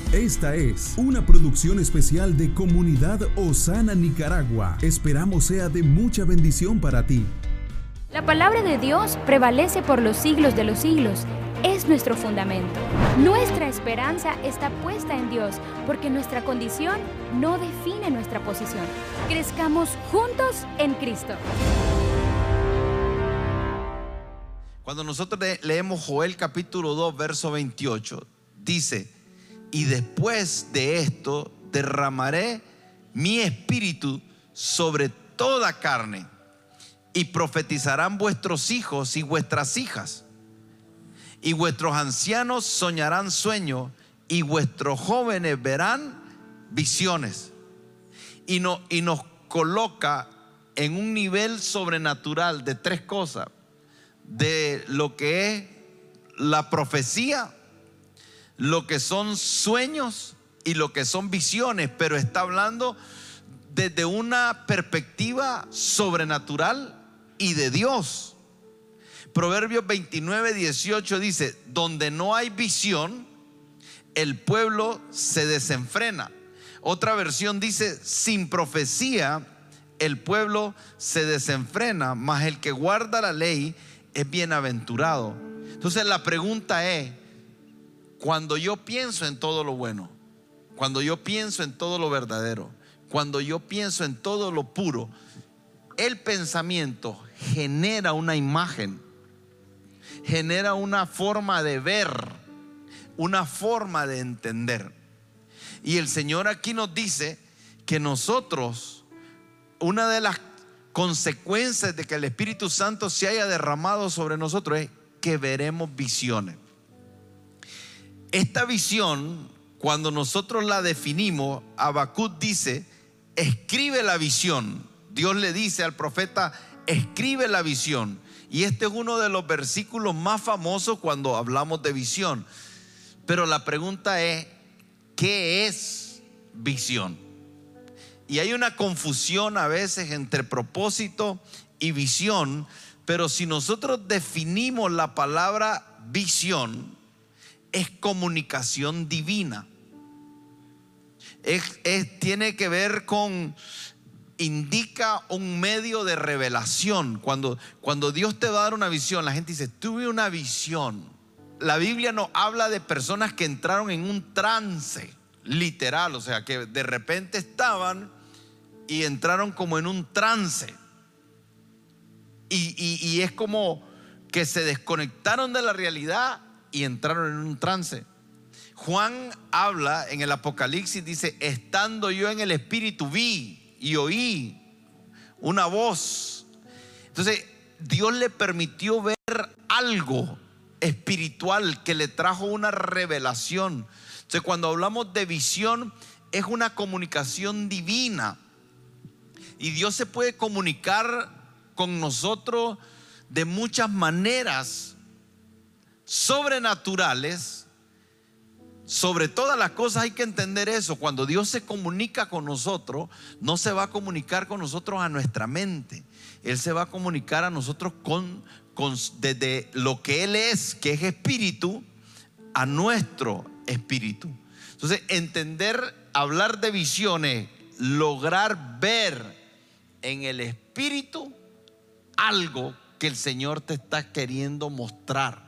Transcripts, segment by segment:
Esta es una producción especial de Comunidad Osana Nicaragua. Esperamos sea de mucha bendición para ti. La palabra de Dios prevalece por los siglos de los siglos. Es nuestro fundamento. Nuestra esperanza está puesta en Dios, porque nuestra condición no define nuestra posición. Crezcamos juntos en Cristo. Cuando nosotros leemos Joel capítulo 2, verso 28, dice: y después de esto derramaré mi espíritu sobre toda carne, y profetizarán vuestros hijos y vuestras hijas, y vuestros ancianos soñarán sueños, y vuestros jóvenes verán visiones. Y nos coloca en un nivel sobrenatural de tres cosas: de lo que es la profecía, lo que son sueños y lo que son visiones, pero está hablando desde una perspectiva sobrenatural y de Dios. Proverbios 29, 18 dice: donde no hay visión, el pueblo se desenfrena. Otra versión dice: sin profecía, el pueblo se desenfrena, mas el que guarda la ley es bienaventurado. Entonces la pregunta es: cuando yo pienso en todo lo bueno, cuando yo pienso en todo lo verdadero, cuando yo pienso en todo lo puro, el pensamiento genera una imagen, genera una forma de ver, una forma de entender. Y el Señor aquí nos dice que nosotros, una de las consecuencias de que el Espíritu Santo se haya derramado sobre nosotros es que veremos visiones. Esta visión, cuando nosotros la definimos, Habacuc dice: escribe la visión. Dios le dice al profeta: escribe la visión. Y este es uno de los versículos más famosos cuando hablamos de visión. Pero la pregunta es: ¿qué es visión? Y hay una confusión a veces entre propósito y visión. Pero si nosotros definimos la palabra visión, es comunicación divina. Tiene que ver con, indica un medio de revelación. Cuando Dios te va a dar una visión, la gente dice: tuve una visión. La Biblia nos habla de personas que entraron en un trance literal, o sea, que de repente estaban y entraron como en un trance. Y es como que se desconectaron de la realidad y entraron en un trance. Juan habla en el Apocalipsis, dice: estando yo en el Espíritu vi y oí una voz. Entonces Dios le permitió ver algo espiritual que le trajo una revelación. Entonces cuando hablamos de visión, es una comunicación divina. Y Dios se puede comunicar con nosotros de muchas maneras sobrenaturales. Sobre todas las cosas hay que entender eso: cuando Dios se comunica con nosotros, no se va a comunicar con nosotros a nuestra mente. Él se va a comunicar a nosotros desde lo que Él es, que es espíritu, a nuestro espíritu. Entonces, hablar de visiones, lograr ver en el espíritu algo que el Señor te está queriendo mostrar.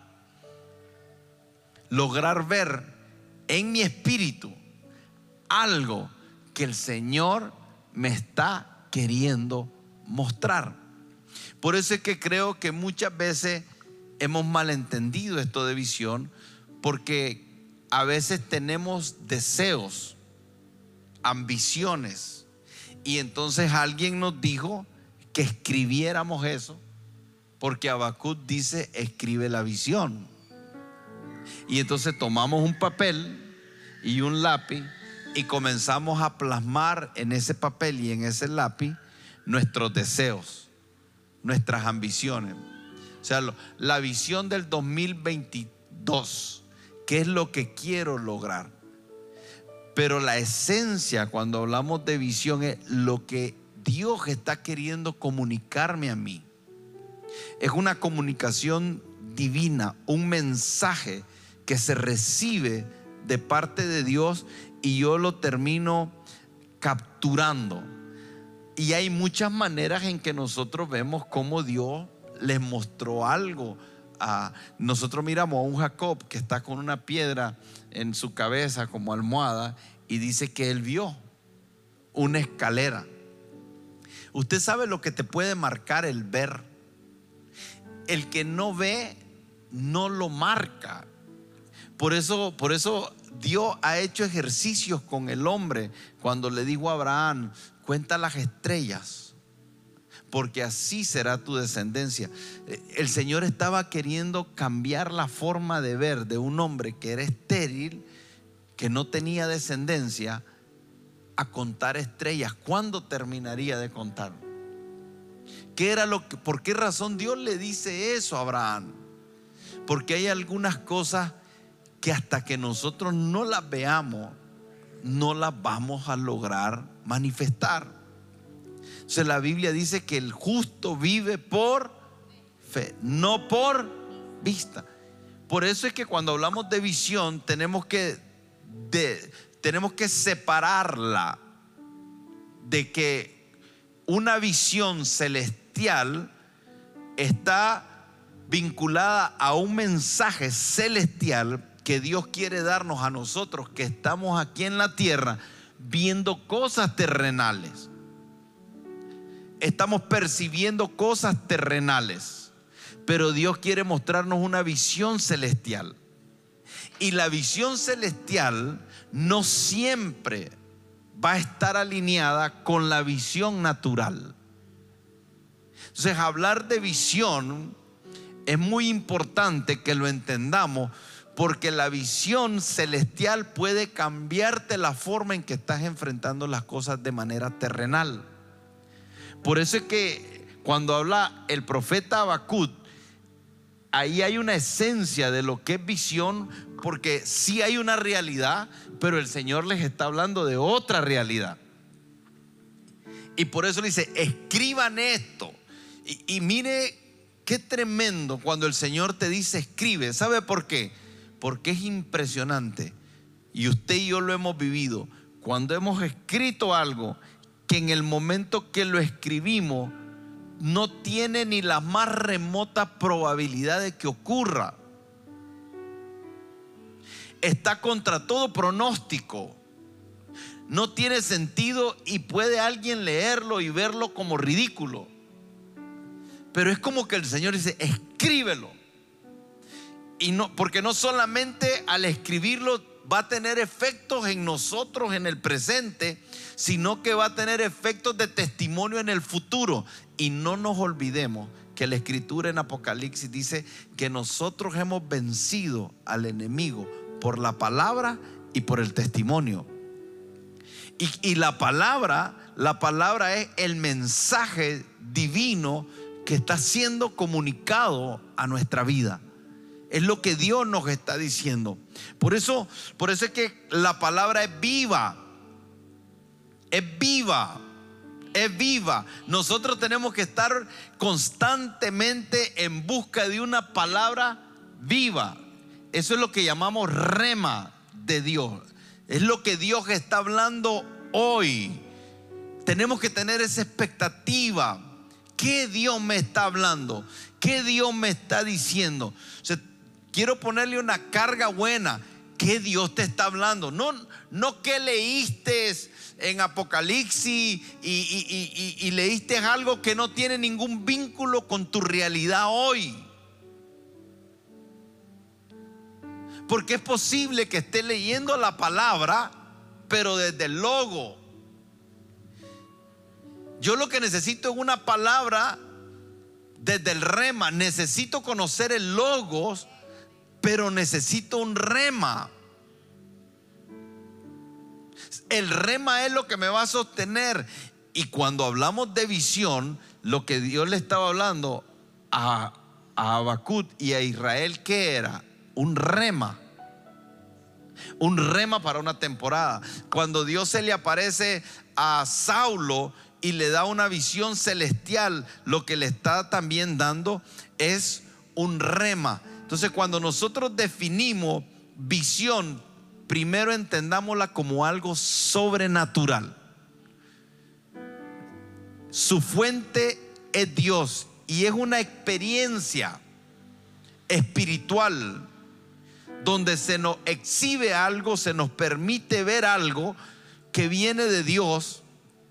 Lograr ver en mi espíritu algo que el Señor me está queriendo mostrar. Por eso es que creo que muchas veces hemos malentendido esto de visión, porque a veces tenemos deseos, ambiciones, y entonces alguien nos dijo que escribiéramos eso, porque Habacuc dice: escribe la visión. Y entonces tomamos un papel y un lápiz y comenzamos a plasmar en ese papel y en ese lápiz nuestros deseos, nuestras ambiciones. O sea, la visión del 2022, ¿qué es lo que quiero lograr? Pero la esencia, cuando hablamos de visión, es lo que Dios está queriendo comunicarme a mí. Es una comunicación divina, un mensaje que se recibe de parte de Dios y yo lo termino capturando. Y hay muchas maneras en que nosotros vemos cómo Dios les mostró algo. Nosotros miramos a un Jacob que está con una piedra en su cabeza como almohada y dice que él vio una escalera. Usted sabe lo que te puede marcar el ver. El que no ve no lo marca. Por eso Dios ha hecho ejercicios con el hombre cuando le dijo a Abraham: cuenta las estrellas, porque así será tu descendencia. El Señor estaba queriendo cambiar la forma de ver de un hombre que era estéril, que no tenía descendencia, a contar estrellas. ¿Cuándo terminaría de contar? ¿Por qué razón Dios le dice eso a Abraham? Porque hay algunas cosas que hasta que nosotros no las veamos, no las vamos a lograr manifestar. Entonces la Biblia dice que el justo vive por fe, no por vista. Por eso es que cuando hablamos de visión tenemos que separarla de que una visión celestial está vinculada a un mensaje celestial que Dios quiere darnos a nosotros que estamos aquí en la tierra viendo cosas terrenales. Estamos percibiendo cosas terrenales, pero Dios quiere mostrarnos una visión celestial. Y la visión celestial no siempre va a estar alineada con la visión natural. Entonces, hablar de visión es muy importante que lo entendamos, porque la visión celestial puede cambiarte la forma en que estás enfrentando las cosas de manera terrenal. Por eso es que cuando habla el profeta Habacuc, ahí hay una esencia de lo que es visión, porque sí hay una realidad, pero el Señor les está hablando de otra realidad. Y por eso le dice: escriban esto. Y mire qué tremendo cuando el Señor te dice escribe. ¿Sabe por qué? Porque es impresionante, y usted y yo lo hemos vivido, cuando hemos escrito algo que en el momento que lo escribimos no tiene ni la más remota probabilidad de que ocurra. Está contra todo pronóstico. No tiene sentido y puede alguien leerlo y verlo como ridículo. Pero es como que el Señor dice: escríbelo. Y no, porque no solamente al escribirlo va a tener efectos en nosotros en el presente, sino que va a tener efectos de testimonio en el futuro. Y no nos olvidemos que la escritura en Apocalipsis dice que nosotros hemos vencido al enemigo por la palabra y por el testimonio. Y la palabra es el mensaje divino que está siendo comunicado a nuestra vida. Es lo que Dios nos está diciendo. Por eso es que la palabra es viva. Es viva. Es viva. Nosotros tenemos que estar constantemente en busca de una palabra viva. Eso es lo que llamamos rema de Dios. Es lo que Dios está hablando hoy. Tenemos que tener esa expectativa. ¿Qué Dios me está hablando? ¿Qué Dios me está diciendo? O sea, quiero ponerle una carga buena. ¿Qué Dios te está hablando? No que leíste en Apocalipsis y leíste algo que no tiene ningún vínculo con tu realidad hoy. Porque es posible que esté leyendo la palabra, pero desde el logo. Yo lo que necesito es una palabra desde el rema. Necesito conocer el logos, pero necesito un rema. El rema es lo que me va a sostener. Y cuando hablamos de visión, lo que Dios le estaba hablando a Habacuc y a Israel, ¿qué era? Un rema. Un rema para una temporada. Cuando Dios se le aparece a Saulo y le da una visión celestial, lo que le está también dando es un rema. Entonces, cuando nosotros definimos visión primero entendámosla como algo sobrenatural. Su fuente es Dios y es una experiencia espiritual donde se nos exhibe algo, se nos permite ver algo que viene de Dios,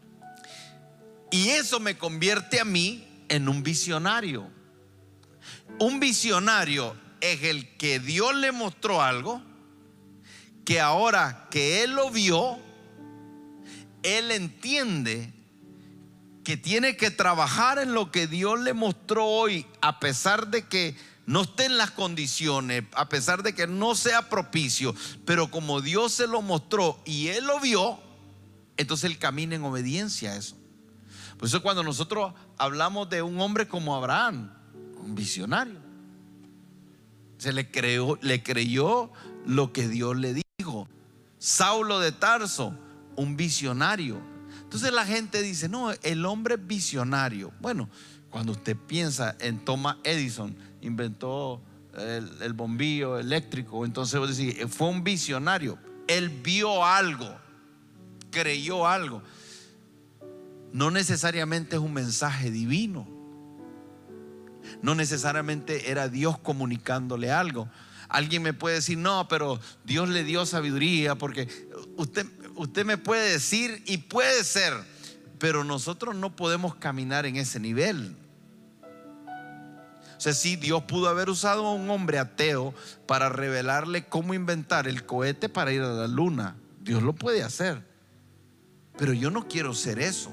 y eso me convierte a mí en un visionario. Un visionario es el que Dios le mostró algo, que ahora que él lo vio, él entiende que tiene que trabajar en lo que Dios le mostró hoy, a pesar de que no esté en las condiciones, a pesar de que no sea propicio, pero como Dios se lo mostró y él lo vio, entonces él camina en obediencia a eso. Por eso cuando nosotros hablamos de un hombre como Abraham, un visionario, se le creyó lo que Dios le dijo. Saulo de Tarso, un visionario. Entonces la gente dice, no, el hombre es visionario. Bueno, cuando usted piensa en Thomas Edison, inventó el bombillo eléctrico, entonces vos decís, fue un visionario. Él vio algo, creyó algo. No necesariamente es un mensaje divino, no necesariamente era Dios comunicándole algo. Alguien me puede decir, no, pero Dios le dio sabiduría, porque usted me puede decir, y puede ser, pero nosotros no podemos caminar en ese nivel. O sea, sí, Dios pudo haber usado a un hombre ateo para revelarle cómo inventar el cohete para ir a la luna. Dios lo puede hacer, pero yo no quiero ser eso.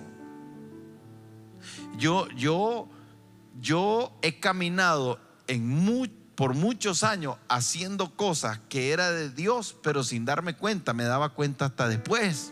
Yo he caminado por muchos años haciendo cosas que era de Dios, pero sin darme cuenta. Me daba cuenta hasta después.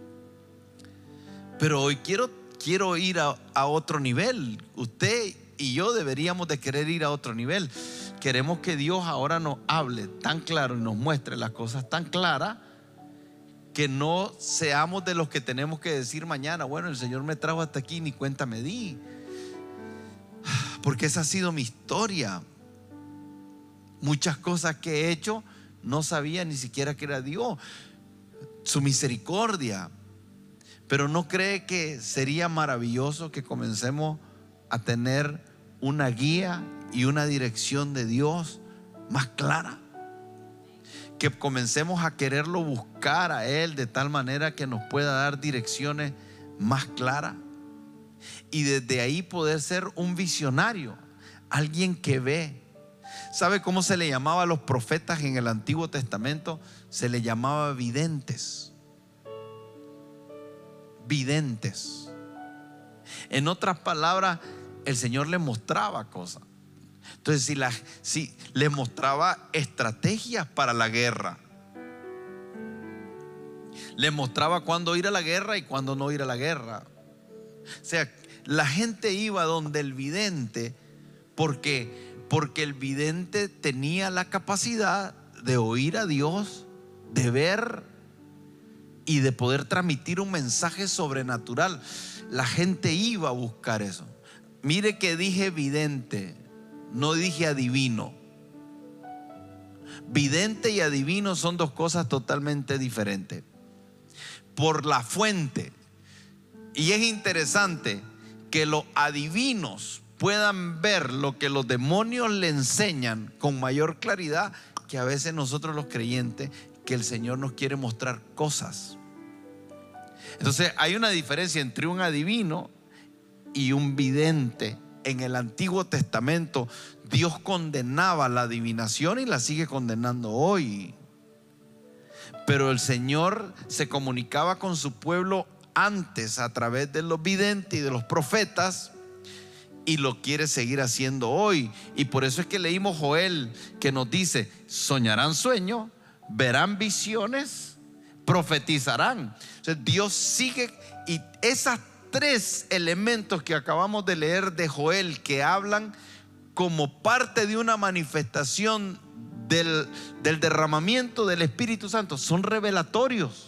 Pero hoy quiero ir a otro nivel. Usted y yo deberíamos de querer ir a otro nivel. Queremos que Dios ahora nos hable tan claro y nos muestre las cosas tan claras, que no seamos de los que tenemos que decir mañana, bueno, el Señor me trajo hasta aquí, ni cuenta me di. Porque esa ha sido mi historia. Muchas cosas que he hecho no sabía ni siquiera que era Dios, su misericordia. Pero ¿no cree que sería maravilloso que comencemos a tener una guía y una dirección de Dios más clara? Que comencemos a quererlo buscar a Él de tal manera que nos pueda dar direcciones más claras, y desde ahí poder ser un visionario, alguien que ve. ¿Sabe cómo se le llamaba a los profetas en el Antiguo Testamento? Se le llamaba videntes. Videntes. En otras palabras, el Señor le mostraba cosas. Entonces, si le mostraba estrategias para la guerra, le mostraba cuándo ir a la guerra y cuándo no ir a la guerra. O sea, la gente iba donde el vidente porque el vidente tenía la capacidad de oír a Dios, de ver y de poder transmitir un mensaje sobrenatural. La gente iba a buscar eso. Mire que dije vidente, no dije adivino. Vidente y adivino son dos cosas totalmente diferentes. Por la fuente. Y es interesante que los adivinos puedan ver lo que los demonios le enseñan con mayor claridad que a veces nosotros los creyentes, que el Señor nos quiere mostrar cosas. Entonces hay una diferencia entre un adivino y un vidente. En el Antiguo Testamento Dios condenaba la adivinación y la sigue condenando hoy. Pero el Señor se comunicaba con su pueblo antes a través de los videntes y de los profetas, y lo quiere seguir haciendo hoy. Y por eso es que leímos Joel, que nos dice: soñarán sueños, verán visiones, profetizarán. Entonces Dios sigue, y esas tres elementos que acabamos de leer de Joel, que hablan como parte de una manifestación del derramamiento del Espíritu Santo, son revelatorios.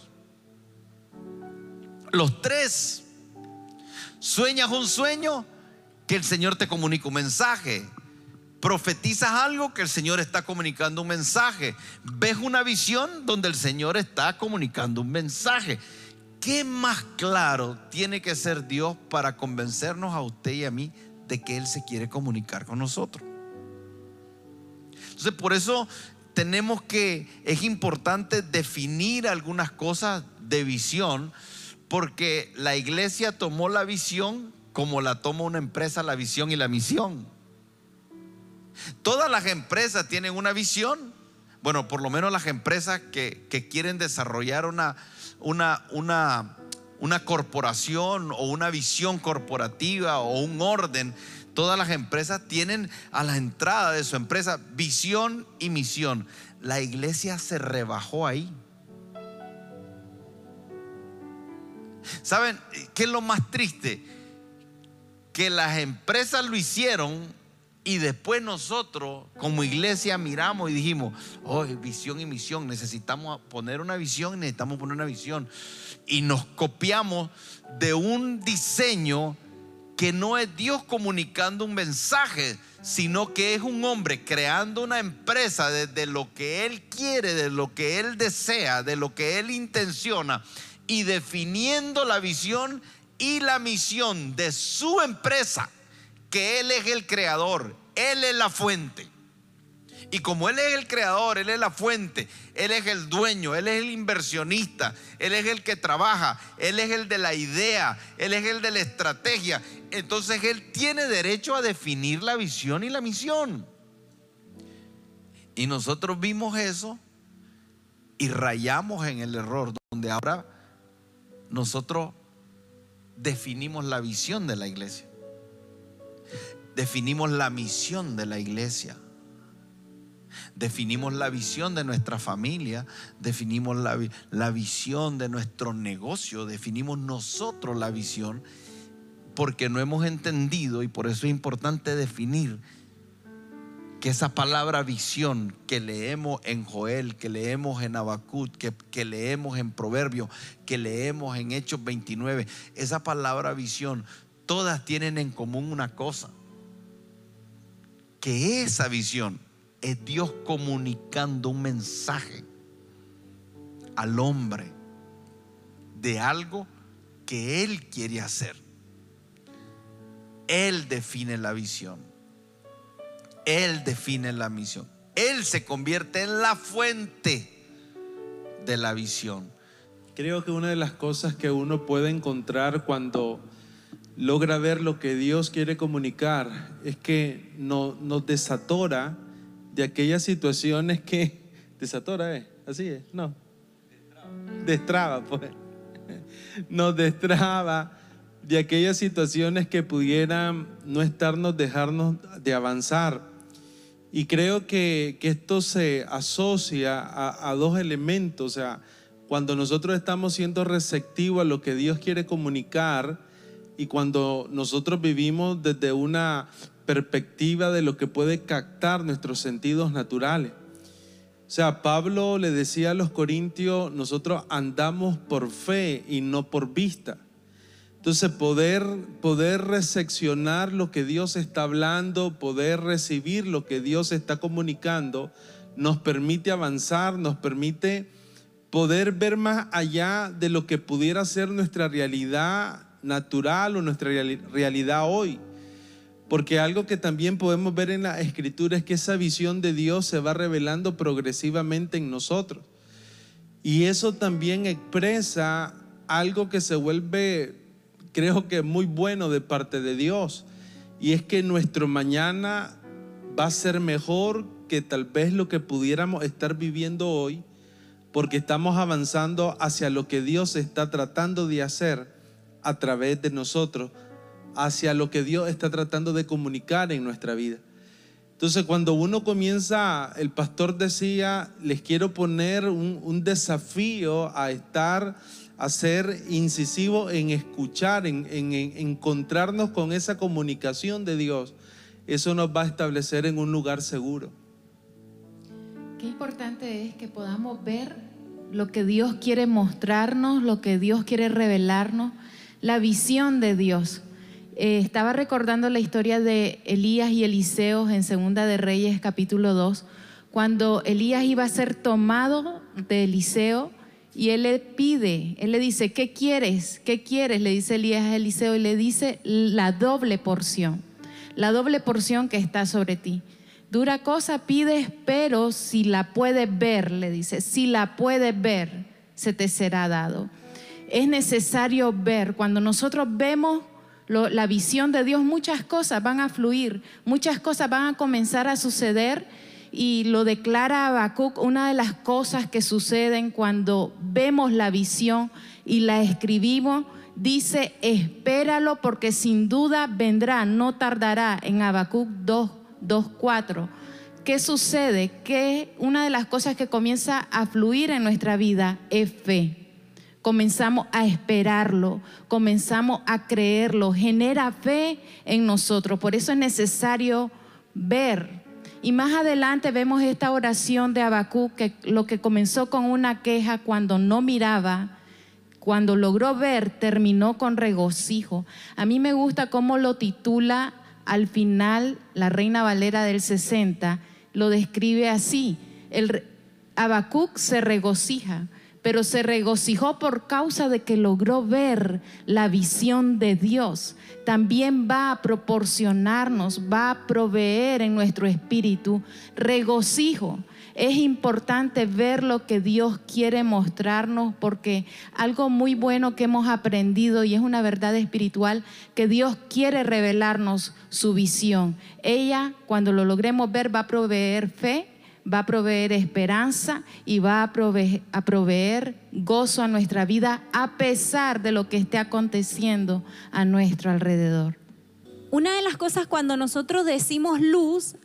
Los tres. Sueñas un sueño, que el Señor te comunica un mensaje. Profetizas algo que el Señor está comunicando un mensaje. Ves una visión donde el Señor está comunicando un mensaje. ¿Qué más claro tiene que ser Dios para convencernos a usted y a mí de que Él se quiere comunicar con nosotros? Entonces, por eso es importante definir algunas cosas de visión, porque la iglesia tomó la visión como la toma una empresa, la visión y la misión. Todas las empresas tienen una visión. Bueno, por lo menos las empresas que quieren desarrollar una corporación o una visión corporativa o un orden. Todas las empresas tienen a la entrada de su empresa visión y misión. La iglesia se rebajó ahí. ¿Saben qué es lo más triste? Que las empresas lo hicieron y después nosotros como iglesia miramos y dijimos: oh, visión y misión, necesitamos poner una visión, necesitamos poner una visión. Y nos copiamos de un diseño que no es Dios comunicando un mensaje, sino que es un hombre creando una empresa de lo que Él quiere, de lo que Él desea, de lo que Él intenciona, y definiendo la visión y la misión de su empresa, que Él es el creador, Él es la fuente. Y como Él es el creador, Él es la fuente, Él es el dueño, Él es el inversionista, Él es el que trabaja, Él es el de la idea, Él es el de la estrategia, entonces Él tiene derecho a definir la visión y la misión. Y nosotros vimos eso y rayamos en el error, donde ahora nosotros definimos la visión de la iglesia, definimos la misión de la iglesia, definimos la visión de nuestra familia, definimos la visión de nuestro negocio, definimos nosotros la visión, porque no hemos entendido. Y por eso es importante definir que esa palabra visión que leemos en Joel, que leemos en Habacuc, que leemos en Proverbios, que leemos en Hechos 29, esa palabra visión, todas tienen en común una cosa: que esa visión es Dios comunicando un mensaje al hombre de algo que Él quiere hacer. Él define la visión, Él define la misión, Él se convierte en la fuente de la visión. Creo que una de las cosas que uno puede encontrar cuando logra ver lo que Dios quiere comunicar es que nos desatora de aquellas situaciones que desatora, así es, no, destraba, pues, nos destraba de aquellas situaciones que pudieran no dejarnos de avanzar. Y creo que esto se asocia a dos elementos. O sea, cuando nosotros estamos siendo receptivos a lo que Dios quiere comunicar, y cuando nosotros vivimos desde una perspectiva de lo que puede captar nuestros sentidos naturales. O sea, Pablo le decía a los corintios: nosotros andamos por fe y no por vista. Entonces poder recepcionar lo que Dios está hablando, poder recibir lo que Dios está comunicando, nos permite avanzar, nos permite poder ver más allá de lo que pudiera ser nuestra realidad natural o nuestra realidad hoy. Porque algo que también podemos ver en la Escritura es que esa visión de Dios se va revelando progresivamente en nosotros. Y eso también expresa algo que se vuelve, creo que muy bueno de parte de Dios. Y es que nuestro mañana va a ser mejor que tal vez lo que pudiéramos estar viviendo hoy, porque estamos avanzando hacia lo que Dios está tratando de hacer a través de nosotros, hacia lo que Dios está tratando de comunicar en nuestra vida. Entonces, cuando uno comienza, el pastor decía: les quiero poner un desafío a ser incisivo en escuchar, en encontrarnos con esa comunicación de Dios. Eso nos va a establecer en un lugar seguro. Qué importante es que podamos ver lo que Dios quiere mostrarnos, lo que Dios quiere revelarnos, la visión de Dios. Estaba recordando la historia de Elías y Eliseo en Segunda de Reyes, capítulo 2, cuando Elías iba a ser tomado de Eliseo y él le pide, él le dice, ¿qué quieres? ¿Qué quieres? Le dice Elías a Eliseo y le dice la doble porción que está sobre ti. Dura cosa pides, pero si la puedes ver, le dice, si la puedes ver, se te será dado. Es necesario ver. Cuando nosotros vemos la visión de Dios, muchas cosas van a fluir, muchas cosas van a comenzar a suceder, y lo declara Habacuc. Una de las cosas que suceden cuando vemos la visión y la escribimos, dice, espéralo porque sin duda vendrá, no tardará, en Habacuc 2:4. ¿Qué sucede? Que una de las cosas que comienza a fluir en nuestra vida es fe. Comenzamos a esperarlo, comenzamos a creerlo, genera fe en nosotros. Por eso es necesario ver. Y más adelante vemos esta oración de Habacuc, que lo que comenzó con una queja cuando no miraba, cuando logró ver, terminó con regocijo. A mí me gusta cómo lo titula al final la Reina Valera del 60, lo describe así: Habacuc se regocija, pero se regocijó por causa de que logró ver la visión de Dios. También va a proporcionarnos, va a proveer en nuestro espíritu regocijo. Es importante ver lo que Dios quiere mostrarnos, porque algo muy bueno que hemos aprendido, y es una verdad espiritual, que Dios quiere revelarnos su visión. Ella, cuando lo logremos ver, va a proveer fe, va a proveer esperanza y va a proveer gozo a nuestra vida, a pesar de lo que esté aconteciendo a nuestro alrededor. Una de las cosas, cuando nosotros decimos luz,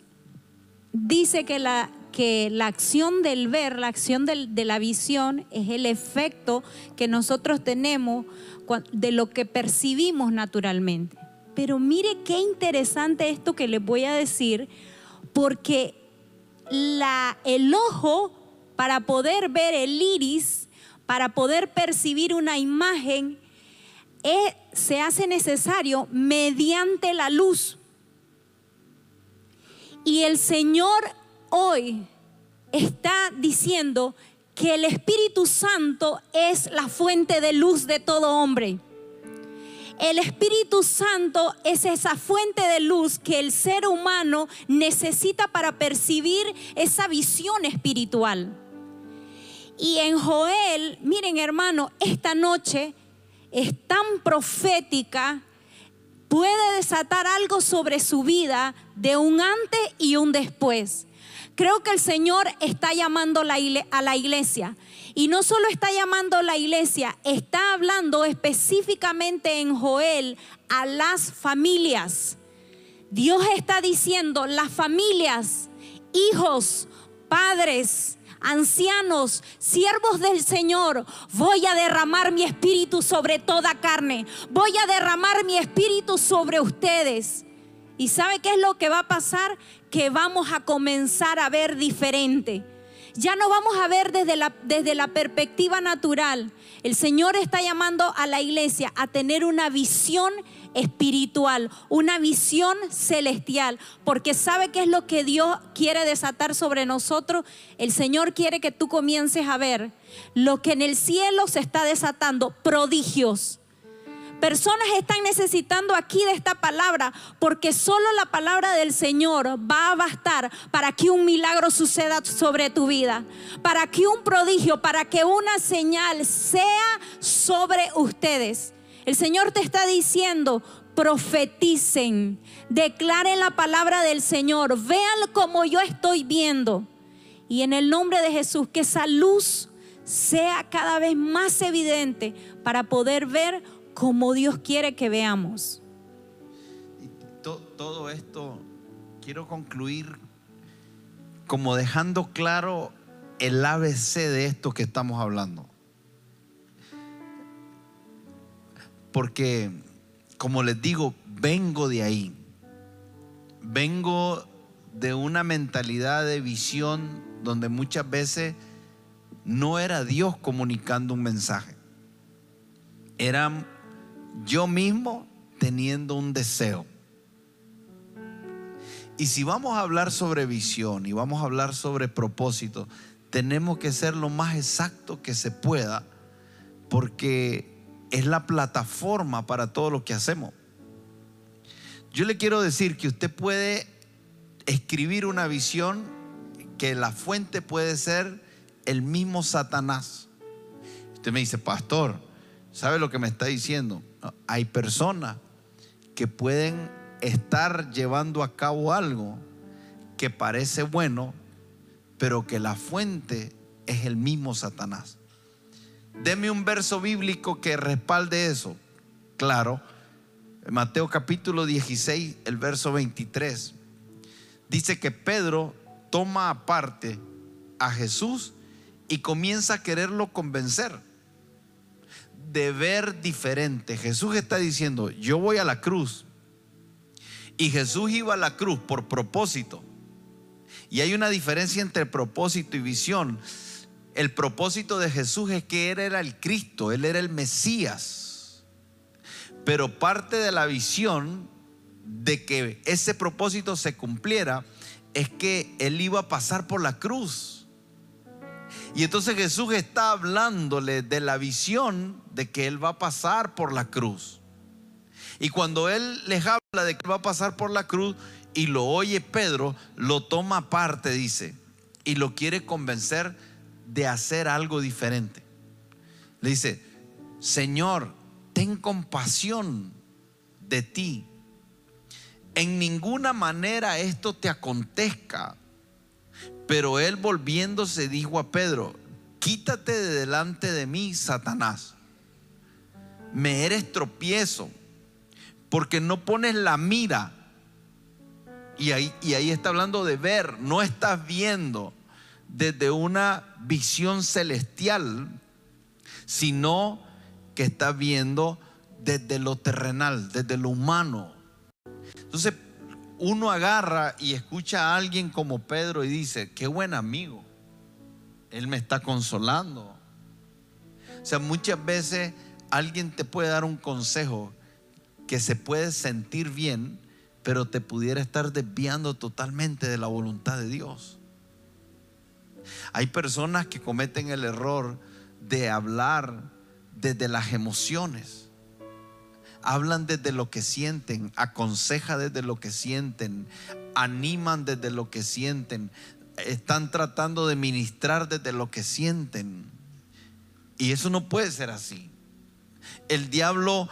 dice que la acción del ver, la acción de la visión, es el efecto que nosotros tenemos de lo que percibimos naturalmente. Pero mire qué interesante esto que les voy a decir, porque el ojo, para poder ver el iris, para poder percibir una imagen, se hace necesario mediante la luz. Y el Señor hoy está diciendo que el Espíritu Santo es la fuente de luz de todo hombre. El Espíritu Santo es esa fuente de luz que el ser humano necesita para percibir esa visión espiritual. Y en Joel, miren hermano, esta noche es tan profética, puede desatar algo sobre su vida de un antes y un después. Creo que el Señor está llamando a la iglesia. Y no solo está llamando a la iglesia, está hablando específicamente en Joel a las familias. Dios está diciendo, las familias, hijos, padres, ancianos, siervos del Señor, voy a derramar mi espíritu sobre toda carne. Voy a derramar mi espíritu sobre ustedes. ¿Y sabe qué es lo que va a pasar? Que vamos a comenzar a ver diferente. Ya no vamos a ver desde la perspectiva natural. El Señor está llamando a la iglesia a tener una visión espiritual, una visión celestial, porque ¿sabe qué es lo que Dios quiere desatar sobre nosotros? El Señor quiere que tú comiences a ver lo que en el cielo se está desatando, prodigios. Personas están necesitando aquí de esta palabra, porque solo la palabra del Señor va a bastar para que un milagro suceda sobre tu vida, para que un prodigio, para que una señal sea sobre ustedes. El Señor te está diciendo, profeticen, declaren la palabra del Señor, vean como yo estoy viendo. Y en el nombre de Jesús, que esa luz sea cada vez más evidente para poder ver como Dios quiere que veamos. Y todo esto quiero concluir como dejando claro el ABC de esto que estamos hablando. Porque, como les digo, vengo de ahí. Vengo de una mentalidad de visión donde muchas veces no era Dios comunicando un mensaje. Era yo mismo teniendo un deseo. Y si vamos a hablar sobre visión y vamos a hablar sobre propósito, tenemos que ser lo más exacto que se pueda, porque es la plataforma para todo lo que hacemos. Yo le quiero decir que usted puede escribir una visión que la fuente puede ser el mismo Satanás. Usted me dice, pastor, ¿sabe lo que me está diciendo? No, hay personas que pueden estar llevando a cabo algo que parece bueno, pero que la fuente es el mismo Satanás. Deme un verso bíblico que respalde eso. Claro, en Mateo capítulo 16, el verso 23, dice que Pedro toma aparte a Jesús y comienza a quererlo convencer de ver diferente. Jesús está diciendo, yo voy a la cruz. Y Jesús iba a la cruz por propósito. Y hay una diferencia entre propósito y visión. El propósito de Jesús es que Él era el Cristo, Él era el Mesías. Pero parte de la visión de que ese propósito se cumpliera es que Él iba a pasar por la cruz. Y entonces Jesús está hablándole de la visión de que Él va a pasar por la cruz. Y cuando Él les habla de que va a pasar por la cruz y lo oye Pedro, lo toma aparte, dice, y lo quiere convencer de hacer algo diferente. Le dice, Señor, ten compasión de ti. En ninguna manera esto te acontezca. Pero él, volviéndose, dijo a Pedro, quítate de delante de mí, Satanás. Me eres tropiezo, porque no pones la mira. Y ahí está hablando de ver. No estás viendo desde una visión celestial, sino que estás viendo desde lo terrenal, desde lo humano. Entonces uno agarra y escucha a alguien como Pedro y dice, qué buen amigo, él me está consolando. O sea, muchas veces alguien te puede dar un consejo que se puede sentir bien, pero te pudiera estar desviando totalmente de la voluntad de Dios. Hay personas que cometen el error de hablar desde las emociones. Hablan desde lo que sienten, aconsejan desde lo que sienten, animan desde lo que sienten, están tratando de ministrar desde lo que sienten. Y eso no puede ser así. El diablo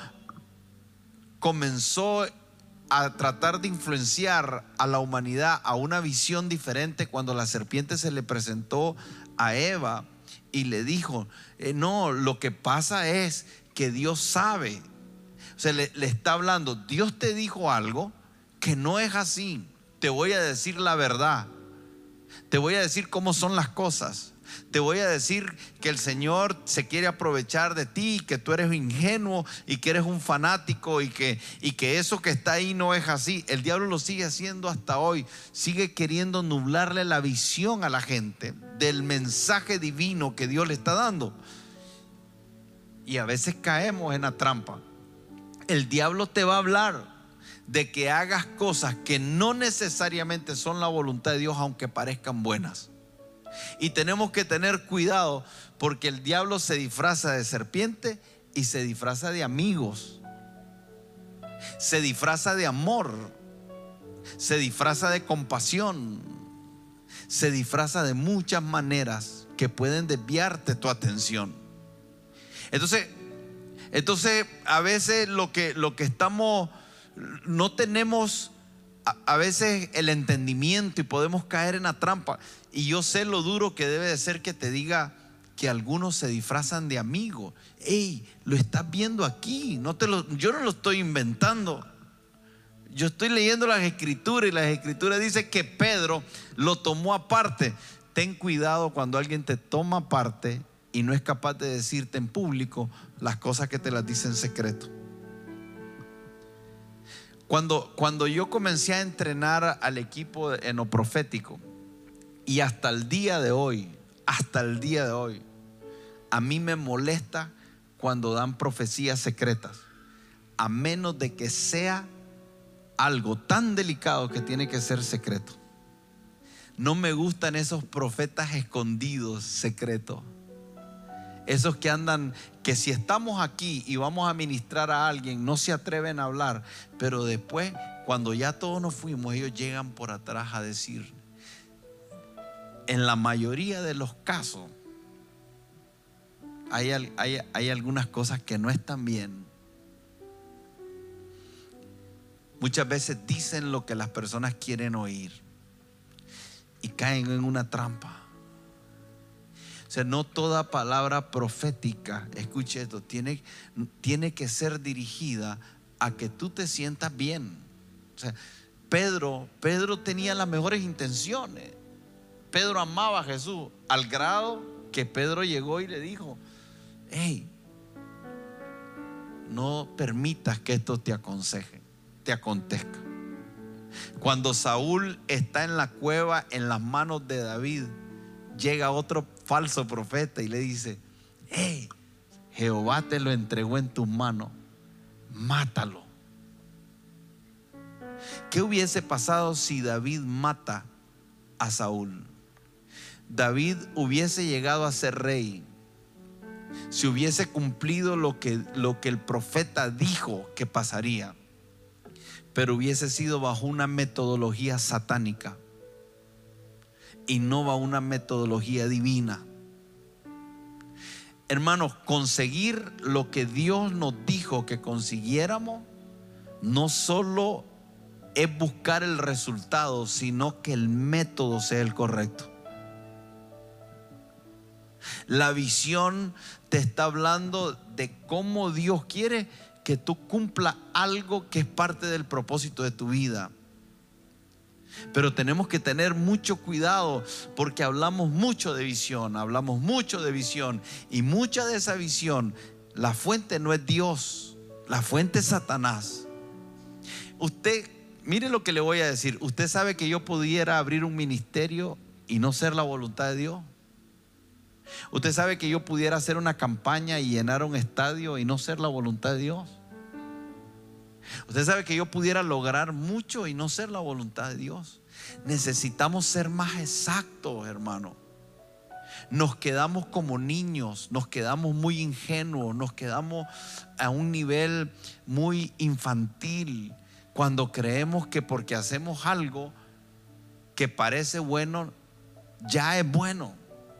comenzó a tratar de influenciar a la humanidad a una visión diferente cuando la serpiente se le presentó a Eva y le dijo, no, lo que pasa es que Dios sabe. O sea, le está hablando, Dios te dijo algo que no es así. Te voy a decir la verdad. Te voy a decir cómo son las cosas. Te voy a decir que el Señor se quiere aprovechar de ti, que tú eres ingenuo y que eres un fanático y que eso que está ahí no es así. El diablo lo sigue haciendo hasta hoy. Sigue queriendo nublarle la visión a la gente del mensaje divino que Dios le está dando. Y a veces caemos en la trampa. El diablo te va a hablar de que hagas cosas que no necesariamente son la voluntad de Dios, aunque parezcan buenas. Y tenemos que tener cuidado, porque el diablo se disfraza de serpiente y se disfraza de amigos, se disfraza de amor, se disfraza de compasión, se disfraza de muchas maneras que pueden desviarte tu atención. Entonces a veces lo que estamos, no tenemos a veces el entendimiento y podemos caer en la trampa. Y yo sé lo duro que debe de ser que te diga que algunos se disfrazan de amigos. Hey, lo estás viendo aquí, yo no lo estoy inventando. Yo estoy leyendo las escrituras y las escrituras dicen que Pedro lo tomó aparte. Ten cuidado cuando alguien te toma aparte y no es capaz de decirte en público las cosas que te las dice en secreto. Cuando yo comencé a entrenar al equipo en lo profético, y hasta el día de hoy, a mí me molesta cuando dan profecías secretas. a menos de que sea algo tan delicado que tiene que ser secreto. No me gustan esos profetas escondidos, secretos. Esos que andan, que si estamos aquí y vamos a ministrar a alguien, no se atreven a hablar, pero después, cuando ya todos nos fuimos, ellos llegan por atrás a decir. En la mayoría de los casos, hay algunas cosas que no están bien. Muchas veces dicen lo que las personas quieren oír y caen en una trampa. O sea, no toda palabra profética, escuche esto, tiene que ser dirigida a que tú te sientas bien. O sea, Pedro tenía las mejores intenciones. Pedro amaba a Jesús al grado que Pedro llegó y le dijo: hey, no permitas que esto te acontezca. Cuando Saúl está en la cueva en las manos de David, llega otro falso profeta y le dice: hey, Jehová te lo entregó en tus manos, mátalo. ¿Qué hubiese pasado si David mata a Saúl? David hubiese llegado a ser rey si hubiese cumplido lo que el profeta dijo que pasaría, pero hubiese sido bajo una metodología satánica y no bajo una metodología divina. Hermanos, conseguir lo que Dios nos dijo que consiguiéramos no solo es buscar el resultado, sino que el método sea el correcto. La visión te está hablando de cómo Dios quiere que tú cumplas algo que es parte del propósito de tu vida. Pero tenemos que tener mucho cuidado porque hablamos mucho de visión, y mucha de esa visión, la fuente no es Dios, la fuente es Satanás. Usted, mire lo que le voy a decir. ¿Usted sabe que yo pudiera abrir un ministerio y no ser la voluntad de Dios? ¿Usted sabe que yo pudiera hacer una campaña y llenar un estadio y no ser la voluntad de Dios? ¿Usted sabe que yo pudiera lograr mucho y no ser la voluntad de Dios? Necesitamos ser más exactos, hermano. Nos quedamos como niños, nos quedamos muy ingenuos, nos quedamos a un nivel muy infantil cuando creemos que porque hacemos algo que parece bueno, ya es bueno.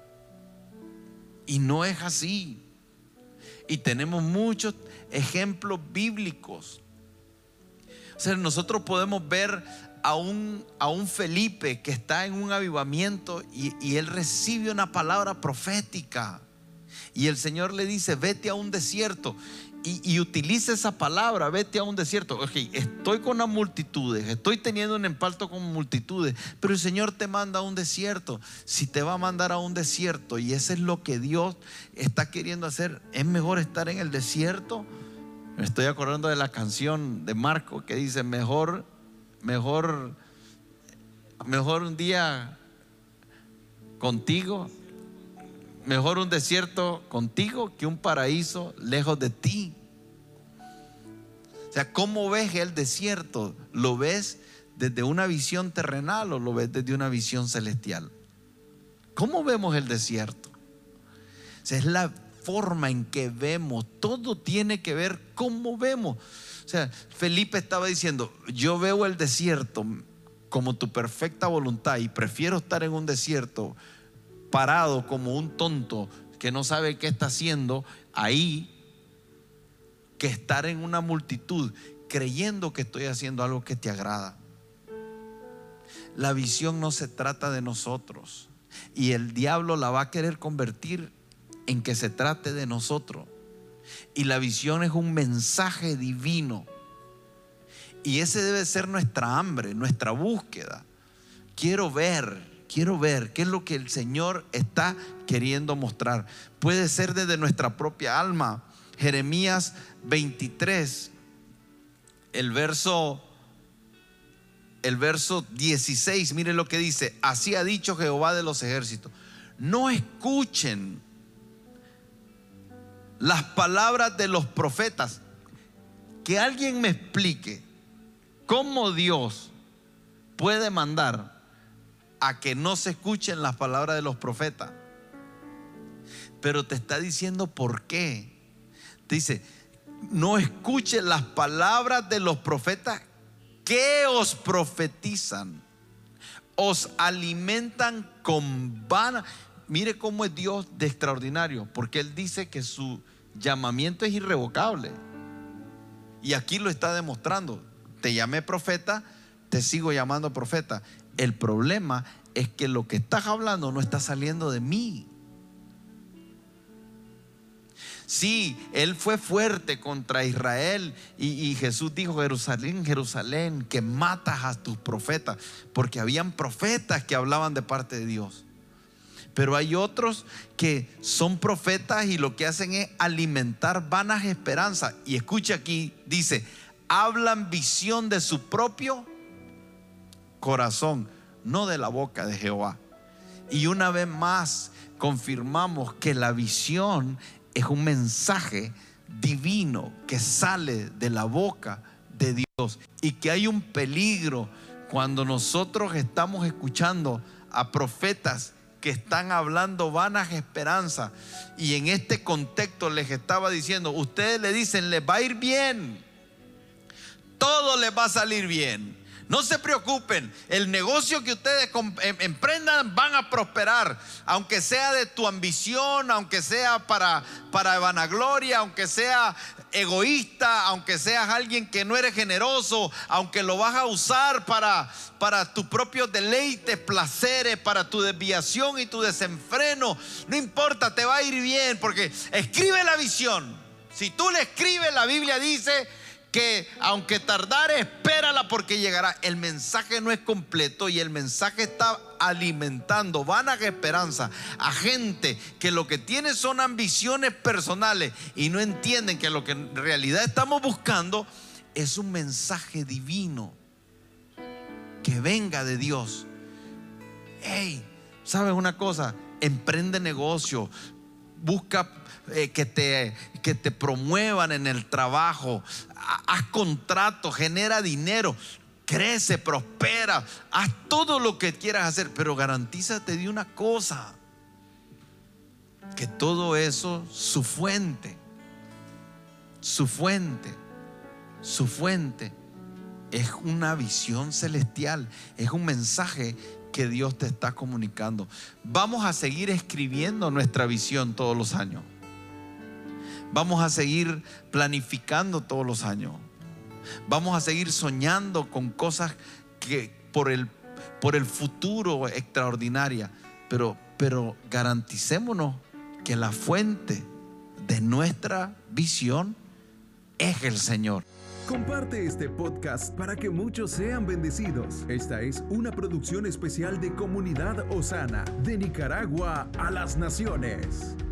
Y no es así. Y tenemos muchos ejemplos bíblicos. O sea, nosotros podemos ver a un Felipe que está en un avivamiento y él recibe una palabra profética. Y el Señor le dice: vete a un desierto. Y utiliza esa palabra, vete a un desierto. Okay, estoy con las multitudes, estoy teniendo un impacto con multitudes, pero el Señor te manda a un desierto. Si te va a mandar a un desierto y eso es lo que Dios está queriendo hacer, es mejor estar en el desierto. Me estoy acordando de la canción de Marco que dice: mejor un día contigo, mejor un desierto contigo que un paraíso lejos de ti. O sea, ¿cómo ves el desierto? ¿Lo ves desde una visión terrenal o lo ves desde una visión celestial? ¿Cómo vemos el desierto? O sea, es la forma en que vemos. Todo tiene que ver cómo vemos. O sea, Felipe estaba diciendo: yo veo el desierto como tu perfecta voluntad y prefiero estar en un desierto parado como un tonto que no sabe qué está haciendo ahí, que estar en una multitud creyendo que estoy haciendo algo que te agrada. La visión no se trata de nosotros, y el diablo la va a querer convertir en que se trate de nosotros. Y la visión es un mensaje divino, y ese debe ser nuestra hambre, nuestra búsqueda. Quiero ver qué es lo que el Señor está queriendo mostrar. Puede ser desde nuestra propia alma. Jeremías 23, el verso 16, mire lo que dice: así ha dicho Jehová de los ejércitos, no escuchen las palabras de los profetas que alguien me explique cómo Dios puede mandar a que no se escuchen las palabras de los profetas. Pero te está diciendo por qué. Te dice, no escuchen las palabras de los profetas que os profetizan, os alimentan con vana. Mire cómo es Dios de extraordinario, porque Él dice que su llamamiento es irrevocable. Y aquí lo está demostrando. Te llamé profeta, te sigo llamando profeta. El problema es que lo que estás hablando no está saliendo de mí. Sí, Él fue fuerte contra Israel y Jesús dijo, Jerusalén, Jerusalén, que matas a tus profetas, porque habían profetas que hablaban de parte de Dios. Pero hay otros que son profetas y lo que hacen es alimentar vanas esperanzas. Y escucha aquí, dice, hablan visión de su propio corazón, no de la boca de Jehová. Y una vez más confirmamos que la visión es un mensaje divino que sale de la boca de Dios, y que hay un peligro cuando nosotros estamos escuchando a profetas que están hablando vanas esperanzas. Y en este contexto les estaba diciendo, ustedes le dicen, les va a ir bien, todo les va a salir bien, no se preocupen, el negocio que ustedes emprendan van a prosperar, aunque sea de tu ambición, aunque sea para vanagloria, aunque sea egoísta, aunque seas alguien que no eres generoso, aunque lo vas a usar para tus propios deleites, placeres, para tu desviación y tu desenfreno, no importa, te va a ir bien, porque escribe la visión. Si tú le escribes, la Biblia dice que aunque tardare, espérala porque llegará. El mensaje no es completo y el mensaje está alimentando vanas esperanzas a gente que lo que tiene son ambiciones personales y no entienden que lo que en realidad estamos buscando es un mensaje divino que venga de Dios. Hey, ¿sabes una cosa? Emprende negocio, busca que te promuevan en el trabajo, haz contratos, genera dinero, crece, prospera, haz todo lo que quieras hacer, pero garantízate de una cosa, que todo eso, su fuente es una visión celestial, es un mensaje que Dios te está comunicando. Vamos a seguir escribiendo nuestra visión todos los años. Vamos a seguir planificando todos los años. Vamos a seguir soñando con cosas que por el futuro extraordinaria. Pero garanticémonos que la fuente de nuestra visión es el Señor. Comparte este podcast para que muchos sean bendecidos. Esta es una producción especial de Comunidad Osana, de Nicaragua a las Naciones.